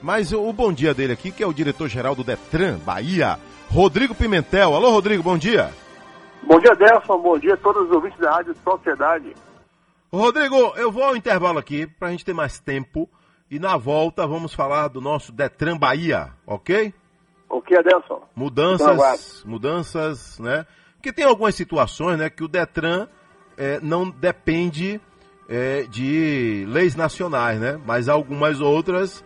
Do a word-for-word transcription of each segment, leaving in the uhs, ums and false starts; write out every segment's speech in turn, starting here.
Mas o, o bom dia dele aqui, que é o diretor-geral do Detran, Bahia, Rodrigo Pimentel. Alô, Rodrigo, bom dia. Bom dia, Delson. Bom dia a todos os ouvintes da Rádio Sociedade. Rodrigo, eu vou ao intervalo aqui pra gente ter mais tempo e na volta vamos falar do nosso Detran Bahia, ok? Ok, Adelson. Mudanças, mudanças, né? Porque tem algumas situações, né, que o Detran é, não depende é, de leis nacionais, né? Mas algumas outras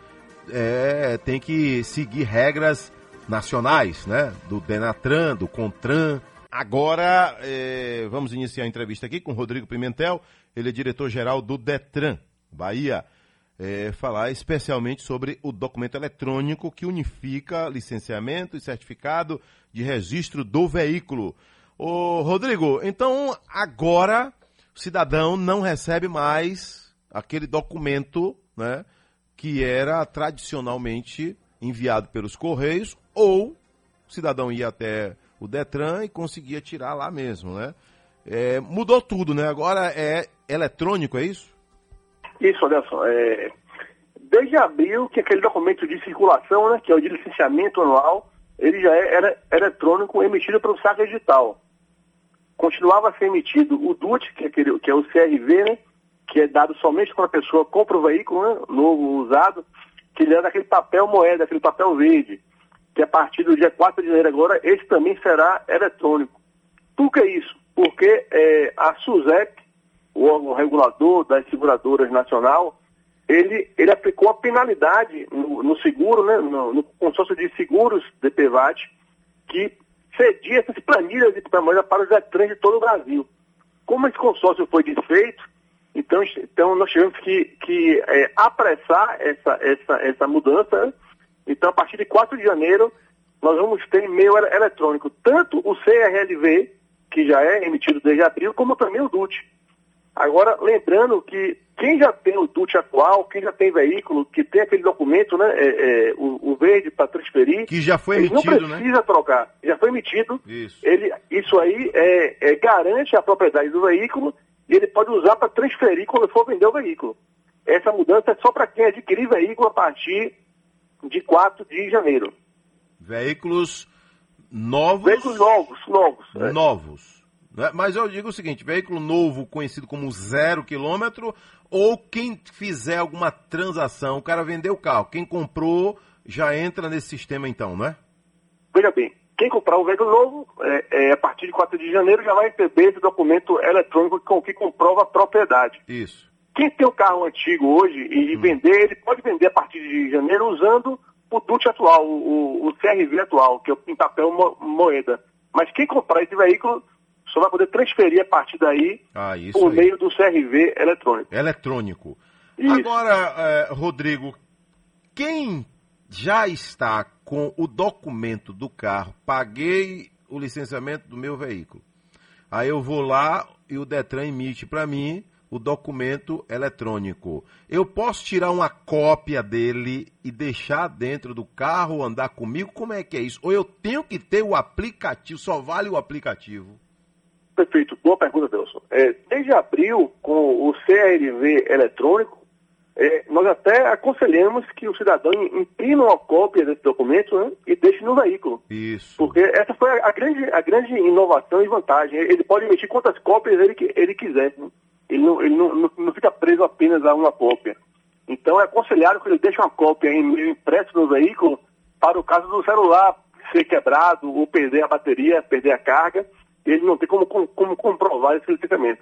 é, tem que seguir regras nacionais, né? Do Denatran, do Contran. Agora, é, vamos iniciar a entrevista aqui com o Rodrigo Pimentel. Ele é diretor-geral do Detran Bahia. É, falar especialmente sobre o documento eletrônico que unifica licenciamento e certificado de registro do veículo. Ô, Rodrigo, então agora o cidadão não recebe mais aquele documento, né, que era tradicionalmente enviado pelos Correios, ou o cidadão ia até o Detran e conseguia tirar lá mesmo, né? É, mudou tudo, né? Agora é eletrônico, é isso? Isso, Adelson. É, desde abril que aquele documento de circulação, né, que é o de licenciamento anual, ele já é, era eletrônico, emitido pelo saque digital. Continuava a ser emitido o D U T, que é, aquele, que é o C R V, né, que é dado somente quando a pessoa compra o veículo, né, novo, usado, que ele é daquele papel moeda, aquele papel verde, que a partir do dia quatro de janeiro agora, esse também será eletrônico. Por que isso? Porque é, a SUSEP, o órgão regulador das seguradoras nacional, ele, ele aplicou a penalidade no, no seguro, né, no, no consórcio de seguros D P V A T, que cedia essas planilhas de papel para os Detrans de todo o Brasil. Como esse consórcio foi desfeito, então, então nós tivemos que, que é, apressar essa, essa, essa mudança, né? Então, a partir de quatro de janeiro, nós vamos ter e-mail eletrônico, tanto o C R L V, que já é emitido desde abril, como também o D U T. Agora, lembrando que quem já tem o D U T atual, quem já tem veículo, que tem aquele documento, né, é, é, o, o verde para transferir, que já foi ele emitido, não precisa, né, trocar, já foi emitido. Isso, ele, isso aí é, é, garante a propriedade do veículo e ele pode usar para transferir quando for vender o veículo. Essa mudança é só para quem adquirir veículo a partir de quatro de janeiro. Veículos novos? Veículos novos, novos. Novos. Né? Mas eu digo o seguinte, veículo novo conhecido como zero quilômetro, ou quem fizer alguma transação, o cara vendeu o carro, quem comprou já entra nesse sistema então, não é? Veja bem, quem comprar um veículo novo, é, é, a partir de quatro de janeiro, já vai receber esse documento eletrônico com que comprova a propriedade. Isso. Quem tem o carro antigo hoje e hum. vender, ele pode vender a partir de janeiro usando o D U T atual, o, o C R V atual, que é em papel mo, moeda. Mas quem comprar esse veículo só vai poder transferir a partir daí ah, isso por aí. meio do C R V eletrônico. Eletrônico. Isso. Agora, eh, Rodrigo, quem já está com o documento do carro, paguei o licenciamento do meu veículo, aí eu vou lá e o Detran emite para mim o documento eletrônico. Eu posso tirar uma cópia dele e deixar dentro do carro, andar comigo? Como é que é isso? Ou eu tenho que ter o aplicativo, só vale o aplicativo? Perfeito, boa pergunta, Delson. É, desde abril, com o C R V eletrônico, é, nós até aconselhamos que o cidadão imprima uma cópia desse documento, né, e deixe no veículo. Isso. Porque essa foi a, a, grande, a grande inovação e vantagem. Ele pode emitir quantas cópias ele, ele quiser, né? Ele, não, ele não, não, não fica preso apenas a uma cópia. Então é aconselhável que ele deixe uma cópia em meio impresso no veículo para o caso do celular ser quebrado ou perder a bateria, perder a carga, ele não tem como, como, como comprovar esse licenciamento.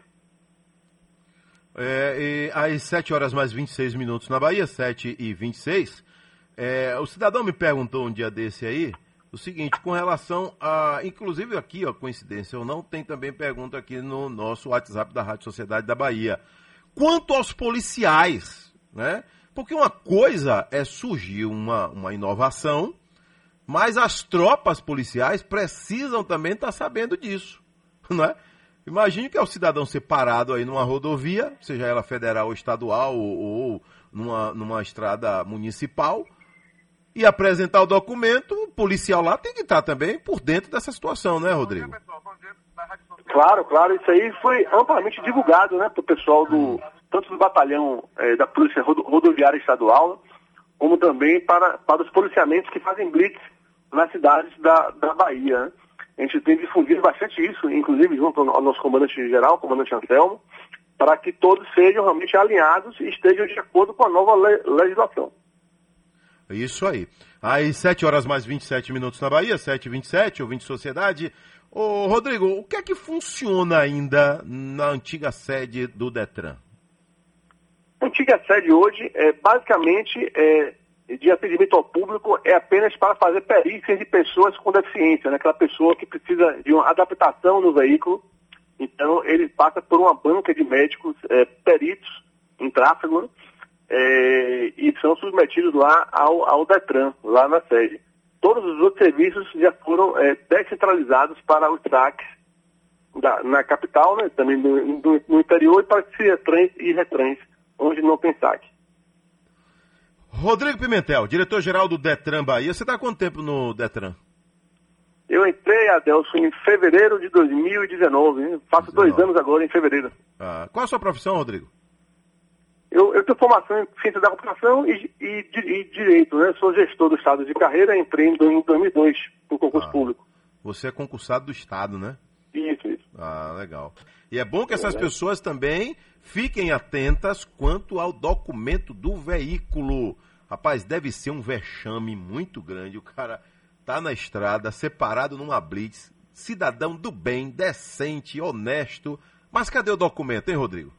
É, e às sete horas mais vinte e seis minutos na Bahia, sete e vinte e seis, é, o cidadão me perguntou um dia desse aí, o seguinte, com relação a, inclusive aqui, ó, coincidência ou não, tem também pergunta aqui no nosso WhatsApp da Rádio Sociedade da Bahia. Quanto aos policiais, né? Porque uma coisa é surgir uma, uma inovação, mas as tropas policiais precisam também estar sabendo disso, né? Imagine que é o cidadão ser parado aí numa rodovia, seja ela federal ou estadual, ou, ou numa, numa estrada municipal, e apresentar o documento, o policial lá tem que estar também por dentro dessa situação, né, Rodrigo? Claro, claro, isso aí foi amplamente divulgado, né, para o pessoal do, tanto do batalhão é, da Polícia Rodoviária Estadual, como também para, para os policiamentos que fazem blitz nas cidades da, da Bahia. Né? A gente tem difundido bastante isso, inclusive junto ao nosso comandante-geral, o comandante Anselmo, para que todos sejam realmente alinhados e estejam de acordo com a nova le- legislação. Isso aí. Às sete horas mais vinte e sete minutos na Bahia, sete e vinte e sete, ouvinte Sociedade. Ô, Rodrigo, o que é que funciona ainda na antiga sede do Detran? A antiga sede hoje, é, basicamente, é, de atendimento ao público, é apenas para fazer perícias de pessoas com deficiência, né? Aquela pessoa que precisa de uma adaptação no veículo. Então, ele passa por uma banca de médicos é, peritos em tráfego, né? é, e são submetidos lá ao, ao Detran, lá na sede. Todos os outros serviços já foram é, descentralizados para os saques da, na capital, né? Também no, no, no interior, e para Ciretrans e Retrans, onde não tem saque. Rodrigo Pimentel, diretor-geral do Detran Bahia. Você está há quanto tempo no Detran? Eu entrei, Adelson, em fevereiro de dois mil e dezenove. Hein? Faço dezenove. Dois anos agora, em fevereiro. Ah, qual a sua profissão, Rodrigo? Eu, eu tenho formação em ciência da computação e, e, e direito, né? Sou gestor do Estado de carreira, entrei em dois mil e dois no concurso ah, público. Você é concursado do Estado, né? Isso, isso. Ah, legal. E é bom que essas é, pessoas também fiquem atentas quanto ao documento do veículo. Rapaz, deve ser um vexame muito grande. O cara tá na estrada, separado numa blitz, cidadão do bem, decente, honesto. Mas cadê o documento, hein, Rodrigo?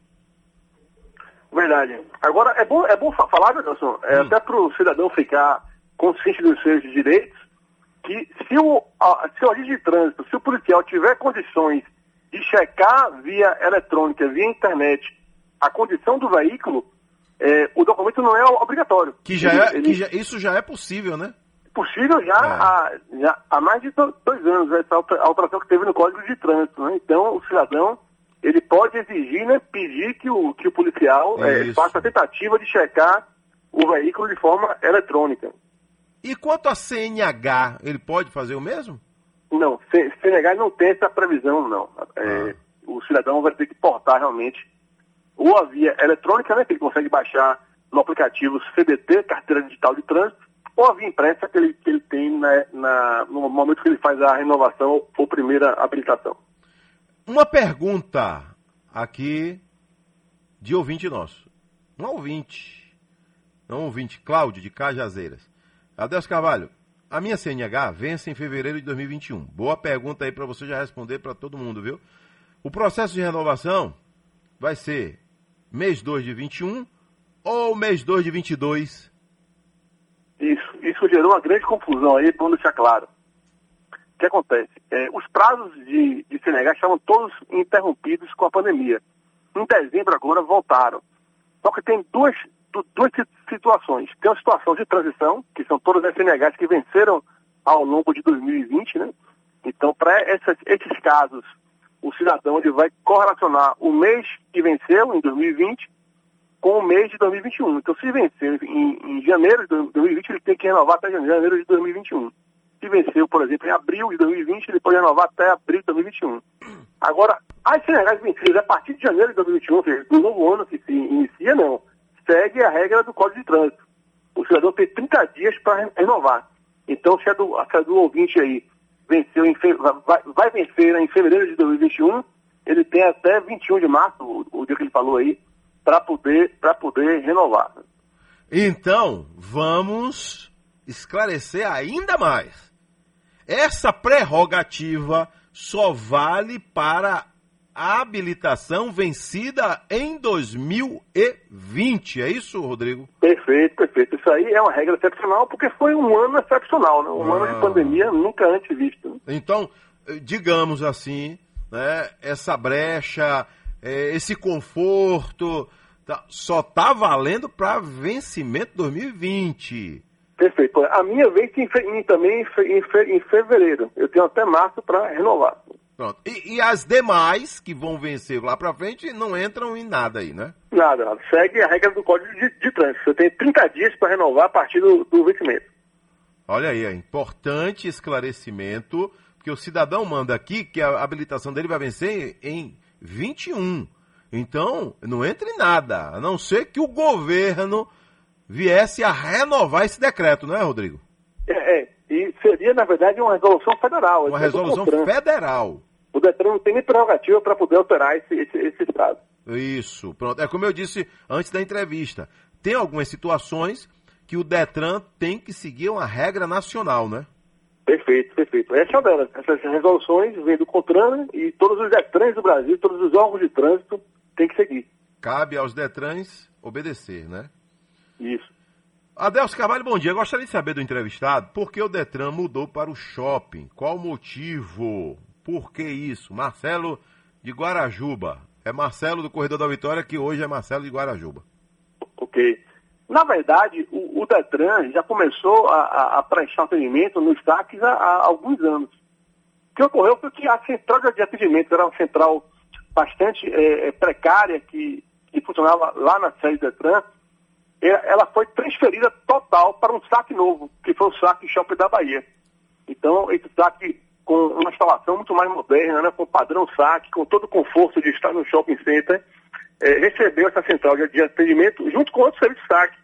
Verdade. Agora, é bom, é bom falar, Nelson, é, hum. até para o cidadão ficar consciente dos seus direitos, que se o, a, se o agente de trânsito, se o policial tiver condições de checar via eletrônica, via internet, a condição do veículo, é, o documento não é obrigatório. Que já ele, é, ele, que já, isso já é possível, né? Possível já, é. há, já há mais de dois anos, essa alteração que teve no Código de Trânsito. Né? Então, o cidadão, ele pode exigir, né, pedir que o, que o policial é, faça a tentativa de checar o veículo de forma eletrônica. E quanto a C N H, ele pode fazer o mesmo? Não, C N H não tem essa previsão, não. É, ah. O cidadão vai ter que portar realmente ou a via eletrônica, né, que ele consegue baixar no aplicativo C D T, Carteira Digital de Trânsito, ou a via impressa que ele, que ele tem, né, na, no momento que ele faz a renovação ou primeira habilitação. Uma pergunta aqui de ouvinte nosso. Um ouvinte, não um ouvinte, Cláudio, de Cajazeiras. Adelso Carvalho, a minha C N H vence em fevereiro de dois mil e vinte e um. Boa pergunta aí para você já responder para todo mundo, viu? O processo de renovação vai ser mês dois de vinte e um ou mês dois de vinte e dois? Isso, isso gerou uma grande confusão aí, para deixar claro. O que acontece? É, os prazos de, de C N H estavam todos interrompidos com a pandemia. Em dezembro agora voltaram. Só que tem duas, duas situações. Tem uma situação de transição, que são todas as C N Hs que venceram ao longo de dois mil e vinte, né? Então, para esses casos, o cidadão ele vai correlacionar o mês que venceu, em dois mil e vinte, com o mês de dois mil e vinte e um. Então, se venceu em, em janeiro de dois mil e vinte, ele tem que renovar até janeiro de dois mil e vinte e um. Se venceu, por exemplo, em abril de dois mil e vinte, ele pode renovar até abril de dois mil e vinte e um. Agora, as C N Hs vencidas a partir de janeiro de dois mil e vinte e um, ou seja, no novo ano que se inicia, não, segue a regra do Código de Trânsito. O cidadão tem trinta dias para renovar. Então, se a do, se a do ouvinte aí venceu em fe... vai, vai vencer em fevereiro de dois mil e vinte e um, ele tem até vinte e um de março, o, o dia que ele falou aí, para poder, para poder renovar. Então, vamos esclarecer ainda mais. Essa prerrogativa só vale para a habilitação vencida em dois mil e vinte. É isso, Rodrigo? Perfeito, perfeito. Isso aí é uma regra excepcional, porque foi um ano excepcional, né? Um ah. ano de pandemia nunca antes visto. Então, digamos assim, né, essa brecha, esse conforto, tá, só está valendo para vencimento dois mil e vinte. Perfeito. A minha vez em, em, também em, fe, em fevereiro. Eu tenho até março para renovar. Pronto. E, e as demais que vão vencer lá para frente não entram em nada aí, né? Nada, nada. Segue a regra do Código de, de Trânsito. Você tem trinta dias para renovar a partir do, do vencimento. Olha aí, é importante esclarecimento, porque o cidadão manda aqui que a habilitação dele vai vencer em vinte e um. Então, não entra em nada, a não ser que o governo viesse a renovar esse decreto, não é, Rodrigo? É, é. E seria, na verdade, uma resolução federal. Uma resolução federal. O Detran não tem nem prerrogativa para poder alterar esse, esse, esse estado. Isso, pronto. É como eu disse antes da entrevista. Tem algumas situações que o Detran tem que seguir uma regra nacional, né? Perfeito, perfeito. Essa é uma delas. Essas resoluções vêm do CONTRAN e todos os Detrans do Brasil, todos os órgãos de trânsito têm que seguir. Cabe aos Detrans obedecer, né? Isso. Adelso Carvalho, bom dia. Eu gostaria de saber do entrevistado por que o Detran mudou para o shopping. Qual o motivo? Por que isso? Marcelo de Guarajuba. É Marcelo do Corredor da Vitória, que hoje é Marcelo de Guarajuba. Ok. Na verdade, o, o Detran já começou a, a, a prestar atendimento nos saques há, há alguns anos. O que ocorreu foi que a central de atendimento era uma central bastante é, precária, que, que funcionava lá na sede do Detran. Ela foi transferida total para um saque novo, que foi o saque Shopping da Bahia. Então, esse saque com uma instalação muito mais moderna, né, com padrão saque, com todo o conforto de estar no shopping center, é, recebeu essa central de, de atendimento junto com outros serviços de saque.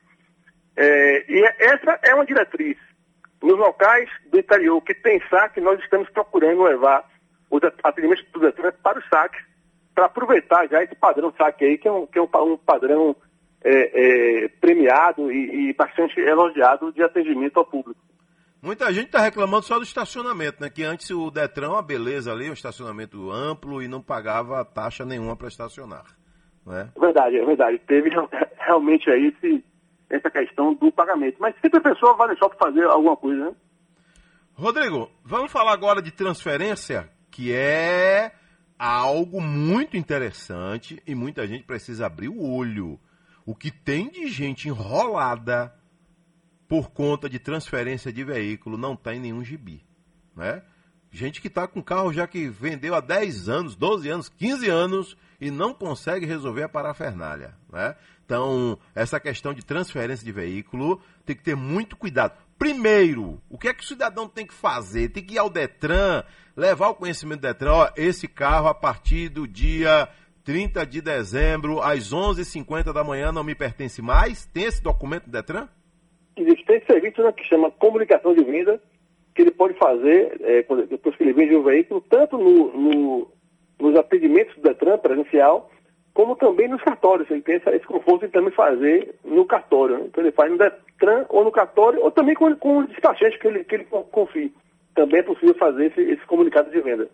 É, e essa é uma diretriz. Nos locais do interior que tem saque, nós estamos procurando levar os atendimentos do Detran para o saque, para aproveitar já esse padrão saque aí, que é um, que é um, um padrão É, é, premiado e, e bastante elogiado de atendimento ao público. Muita gente está reclamando só do estacionamento, né? Que antes o Detran, uma beleza ali, um estacionamento amplo e não pagava taxa nenhuma para estacionar, né? É verdade, é verdade. Teve realmente aí esse, essa questão do pagamento. Mas sempre a pessoa vai deixar para fazer alguma coisa, né? Rodrigo, vamos falar agora de transferência, que é algo muito interessante e muita gente precisa abrir o olho. O que tem de gente enrolada por conta de transferência de veículo não está em nenhum gibi, né? Gente que está com carro já que vendeu há dez anos, doze anos, quinze anos e não consegue resolver a parafernália, né? Então, essa questão de transferência de veículo tem que ter muito cuidado. Primeiro, o que é que o cidadão tem que fazer? Tem que ir ao Detran, levar o conhecimento do Detran. Ó, esse carro a partir do dia trinta de dezembro, às onze e cinquenta da manhã, não me pertence mais? Tem esse documento do Detran? Existe esse serviço, né, que chama comunicação de venda, que ele pode fazer, é, depois que ele vende o veículo, tanto no, no, nos atendimentos do Detran presencial, como também nos cartórios. Ele tem esse conforto de também fazer no cartório, né? Então ele faz no Detran ou no cartório, ou também com, com o despachante que ele, que ele confie. Também é possível fazer esse, esse comunicado de venda.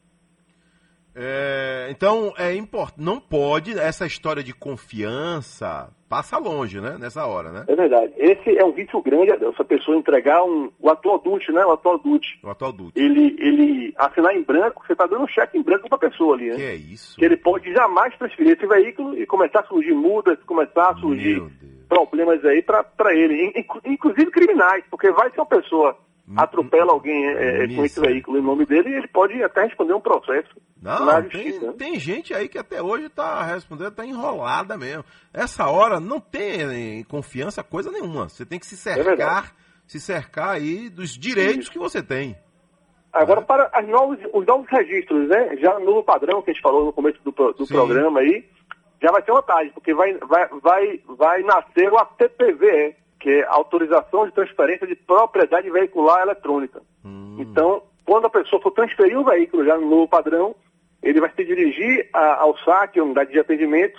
É, então, é importante, não pode, essa história de confiança passa longe, né, nessa hora, né? É verdade. Esse é um vício grande, essa pessoa entregar um, o atual D U T, né, o atual D U T. O atual D U T. Ele, ele assinar em branco, você está dando um cheque em branco para a pessoa ali, né? Que é isso? Que ele pode jamais transferir esse veículo e começar a surgir mudas, começar a surgir problemas aí para ele, inclusive criminais, porque vai ser uma pessoa atropela alguém é, com esse veículo em nome dele e ele pode até responder um processo Não, na tem, justiça. Né? Tem gente aí que até hoje está respondendo, está enrolada mesmo. Essa hora não tem confiança coisa nenhuma. Você tem que se cercar, é se cercar aí dos direitos Isso. que você tem. Agora, é. para as novos, os novos registros, né? Já no novo padrão que a gente falou no começo do, do programa aí, já vai ter vantagem, porque vai, vai, vai, vai nascer o A T P V E, que é Autorização de Transferência de Propriedade Veicular Eletrônica. Hum. Então, quando a pessoa for transferir o veículo já no novo padrão, ele vai se dirigir a, ao saque, a unidade de atendimento,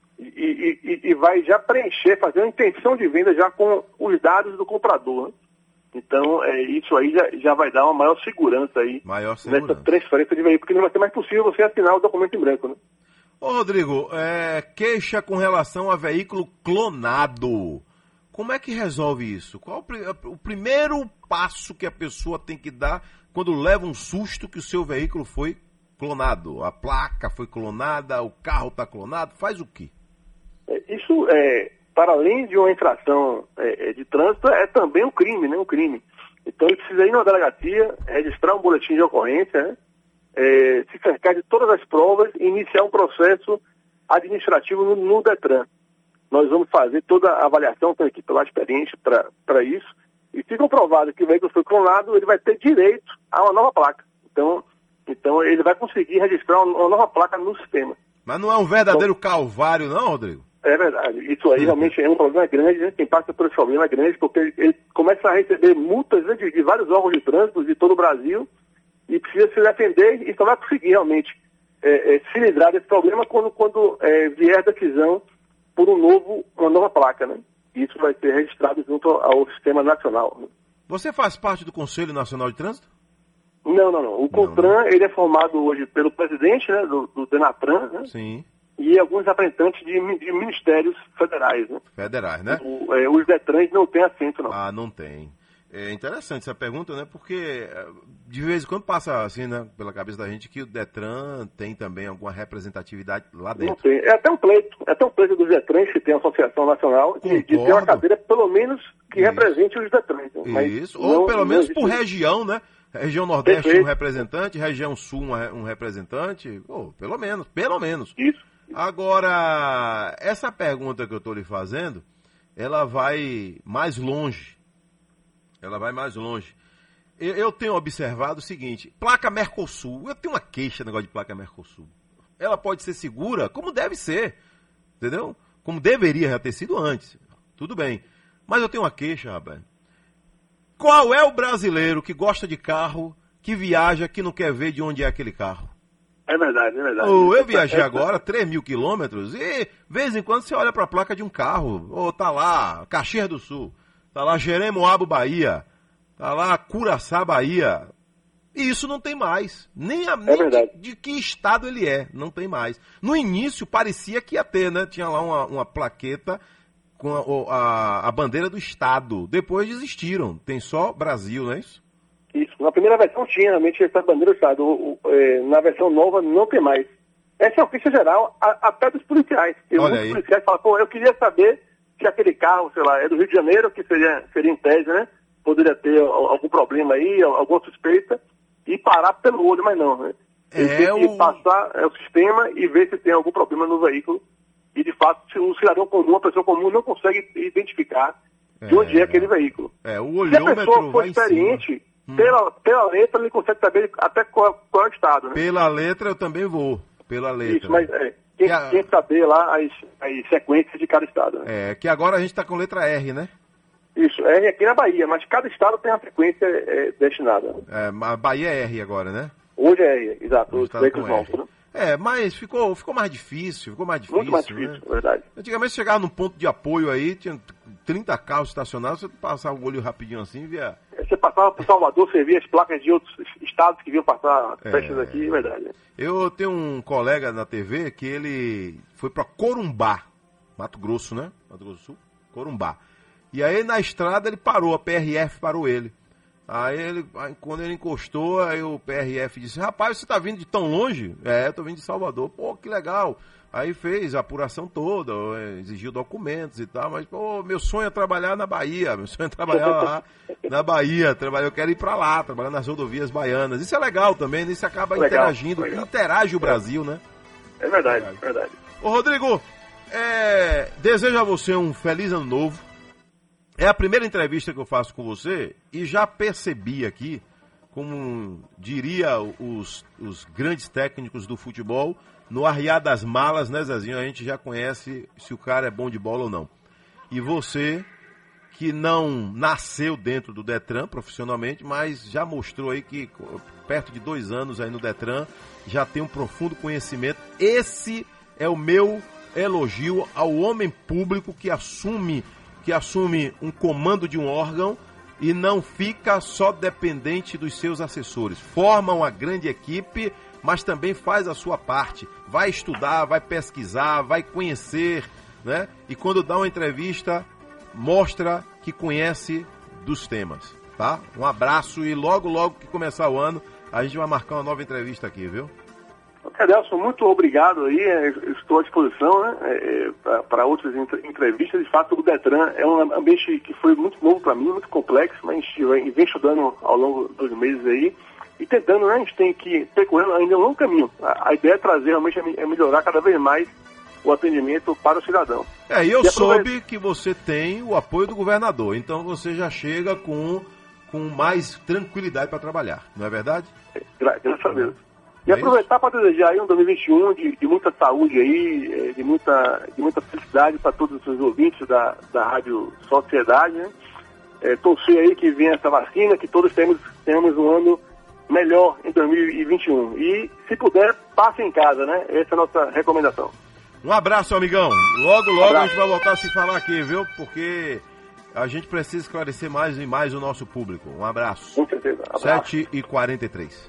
e, e, e vai já preencher, fazer uma intenção de venda já com os dados do comprador. Né? Então, é, isso aí já, já vai dar uma maior segurança aí maior segurança. nessa transferência de veículo, porque não vai ser mais possível você assinar o documento em branco. Né? Ô, Rodrigo, é, queixa com relação a veículo clonado. Como é que resolve isso? Qual o primeiro passo que a pessoa tem que dar quando leva um susto que o seu veículo foi clonado? A placa foi clonada, o carro está clonado, faz o quê? Isso, é, para além de uma infração é, de trânsito, é também um crime, né? Um crime. Então ele precisa ir na delegacia, registrar um boletim de ocorrência, né? É, se cercar de todas as provas e iniciar um processo administrativo no, no Detran. Nós vamos fazer toda a avaliação, tem uma equipe lá experiente para isso, e se comprovado que o veículo foi clonado, ele vai ter direito a uma nova placa. Então, então ele vai conseguir registrar uma nova placa no sistema. Mas não é um verdadeiro então, calvário não, Rodrigo? É verdade. Isso aí realmente é um problema grande, né? Quem passa por esse problema é grande, porque ele, ele começa a receber multas, né, de, de vários órgãos de trânsito de todo o Brasil e precisa se defender e só vai conseguir realmente é, é, se livrar desse problema quando, quando é, vier a decisão por um novo, uma nova placa, né? Isso vai ser registrado junto ao Sistema Nacional. Né? Você faz parte do Conselho Nacional de Trânsito? Não, não, não. O CONTRAN, ele é formado hoje pelo presidente, né, do, do DENATRAN, né? Sim. E alguns representantes de, de ministérios federais, né? Federais, né? O, é, os DETRANs não têm assento, não. Ah, não tem. É interessante essa pergunta, né? Porque de vez em quando passa assim, né, pela cabeça da gente que o DETRAN tem também alguma representatividade lá dentro. Não tem. É até um pleito. É até um pleito dos DETRANs, que tem a Associação Nacional, de, de ter uma cadeira, pelo menos, que Isso. represente os DETRANs. Né? Isso. Ou não, pelo menos por região, né? Região Nordeste Perfeito. um representante, região Sul um representante. Oh, pelo menos, pelo menos. Isso. Agora, essa pergunta que eu estou lhe fazendo, ela vai mais longe. Ela vai mais longe. Eu, eu tenho observado o seguinte, placa Mercosul, eu tenho uma queixa no negócio de placa Mercosul. Ela pode ser segura como deve ser, entendeu? Como deveria ter sido antes. Tudo bem. Mas eu tenho uma queixa, rapaz. Qual é o brasileiro que gosta de carro, que viaja, que não quer ver de onde é aquele carro? É verdade, é verdade. Oh, eu viajei agora três mil quilômetros e, de vez em quando, você olha para a placa de um carro. Ou oh, tá lá, Caxias do Sul. Tá lá Jeremoabo, Bahia. Tá lá Curaçá, Bahia. E isso não tem mais. Nem, a, nem é de, de que estado ele é. Não tem mais. No início parecia que ia ter, né? Tinha lá uma, uma plaqueta com a, a, a bandeira do estado. Depois desistiram. Tem só Brasil, não é isso? Isso. Na primeira versão tinha realmente essa bandeira do estado. O, o, é, na versão nova não tem mais. Essa é uma queixa geral a, até dos policiais. E Olha muitos aí. policiais falam, pô, eu queria saber se aquele carro, sei lá, é do Rio de Janeiro, que seria, seria em tese, né? Poderia ter algum problema aí, alguma suspeita, e parar pelo olho, mas não, né? Ele É tem que o... passar é, o sistema e ver se tem algum problema no veículo. E, de fato, se o cidadão comum, a pessoa comum, não consegue identificar de onde é, é aquele veículo. É, o se a olhômetro pessoa for vai experiente, hum. pela, pela letra, ele consegue saber até qual, qual é o estado, né? Pela letra eu também vou, pela letra. Isso, mas é, tem que, a... tem que saber lá as, as sequências de cada estado. Né? É, que agora a gente está com letra R, né? Isso, R aqui na Bahia, mas cada estado tem uma frequência é, destinada. É, a Bahia é R agora, né? Hoje é R, exato, os veículos novos, né? É, mas ficou, ficou mais difícil, ficou mais difícil. Muito mais difícil, né? verdade. Antigamente você chegava num ponto de apoio aí, tinha trinta carros estacionados, você passava o olho rapidinho assim e via... Você passava por Salvador, você via as placas de outros estados que vinham passar festas é... aqui, é verdade. Eu tenho um colega na T V que ele foi para Corumbá, Mato Grosso, né? Mato Grosso do Sul, Corumbá. E aí na estrada ele parou, a P R F parou ele. Aí ele, aí, quando ele encostou, aí o P R F disse, rapaz, você tá vindo de tão longe? É, eu tô vindo de Salvador. Pô, que legal. Aí fez a apuração toda, exigiu documentos e tal, mas, pô, meu sonho é trabalhar na Bahia, meu sonho é trabalhar lá na Bahia, trabalhar, eu quero ir pra lá, trabalhar nas rodovias baianas. Isso é legal também, né? Isso acaba legal, interagindo, legal. Interage o Brasil, né? É verdade, é verdade. Ô, Rodrigo, é, desejo a você um feliz ano novo. É a primeira entrevista que eu faço com você e já percebi aqui, como diria os, os grandes técnicos do futebol, no arriar das malas, né, Zezinho? A gente já conhece se o cara é bom de bola ou não. E você, que não nasceu dentro do Detran profissionalmente, mas já mostrou aí que perto de dois anos aí no Detran, já tem um profundo conhecimento. Esse é o meu elogio ao homem público que assume... que assume um comando de um órgão e não fica só dependente dos seus assessores. Forma uma grande equipe, mas também faz a sua parte. Vai estudar, vai pesquisar, vai conhecer, né? E quando dá uma entrevista, mostra que conhece dos temas, tá? Um abraço e logo, logo que começar o ano, a gente vai marcar uma nova entrevista aqui, viu? Adelson, muito obrigado aí, estou à disposição, né, para outras entrevistas. De fato, o Detran é um ambiente que foi muito novo para mim, muito complexo, mas a gente vem estudando ao longo dos meses aí e tentando, né, a gente tem que percorrer ainda um longo caminho. A, a ideia é trazer, realmente, é melhorar cada vez mais o atendimento para o cidadão. É, e eu e soube que você tem o apoio do governador, então você já chega com, com mais tranquilidade para trabalhar, não é verdade? Gra graças a Deus. E é aproveitar para desejar aí um dois mil e vinte e um de, de muita saúde aí, de muita, de muita felicidade para todos os ouvintes da, da Rádio Sociedade, né? É, torcer aí que venha essa vacina, que todos temos, tenhamos um ano melhor em dois mil e vinte e um. E, se puder, passe em casa, né? Essa é a nossa recomendação. Um abraço, amigão. Logo, logo Abraço. a gente vai voltar a se falar aqui, viu? Porque a gente precisa esclarecer mais e mais o nosso público. Um abraço. Com certeza. Abraço. sete e quarenta e três.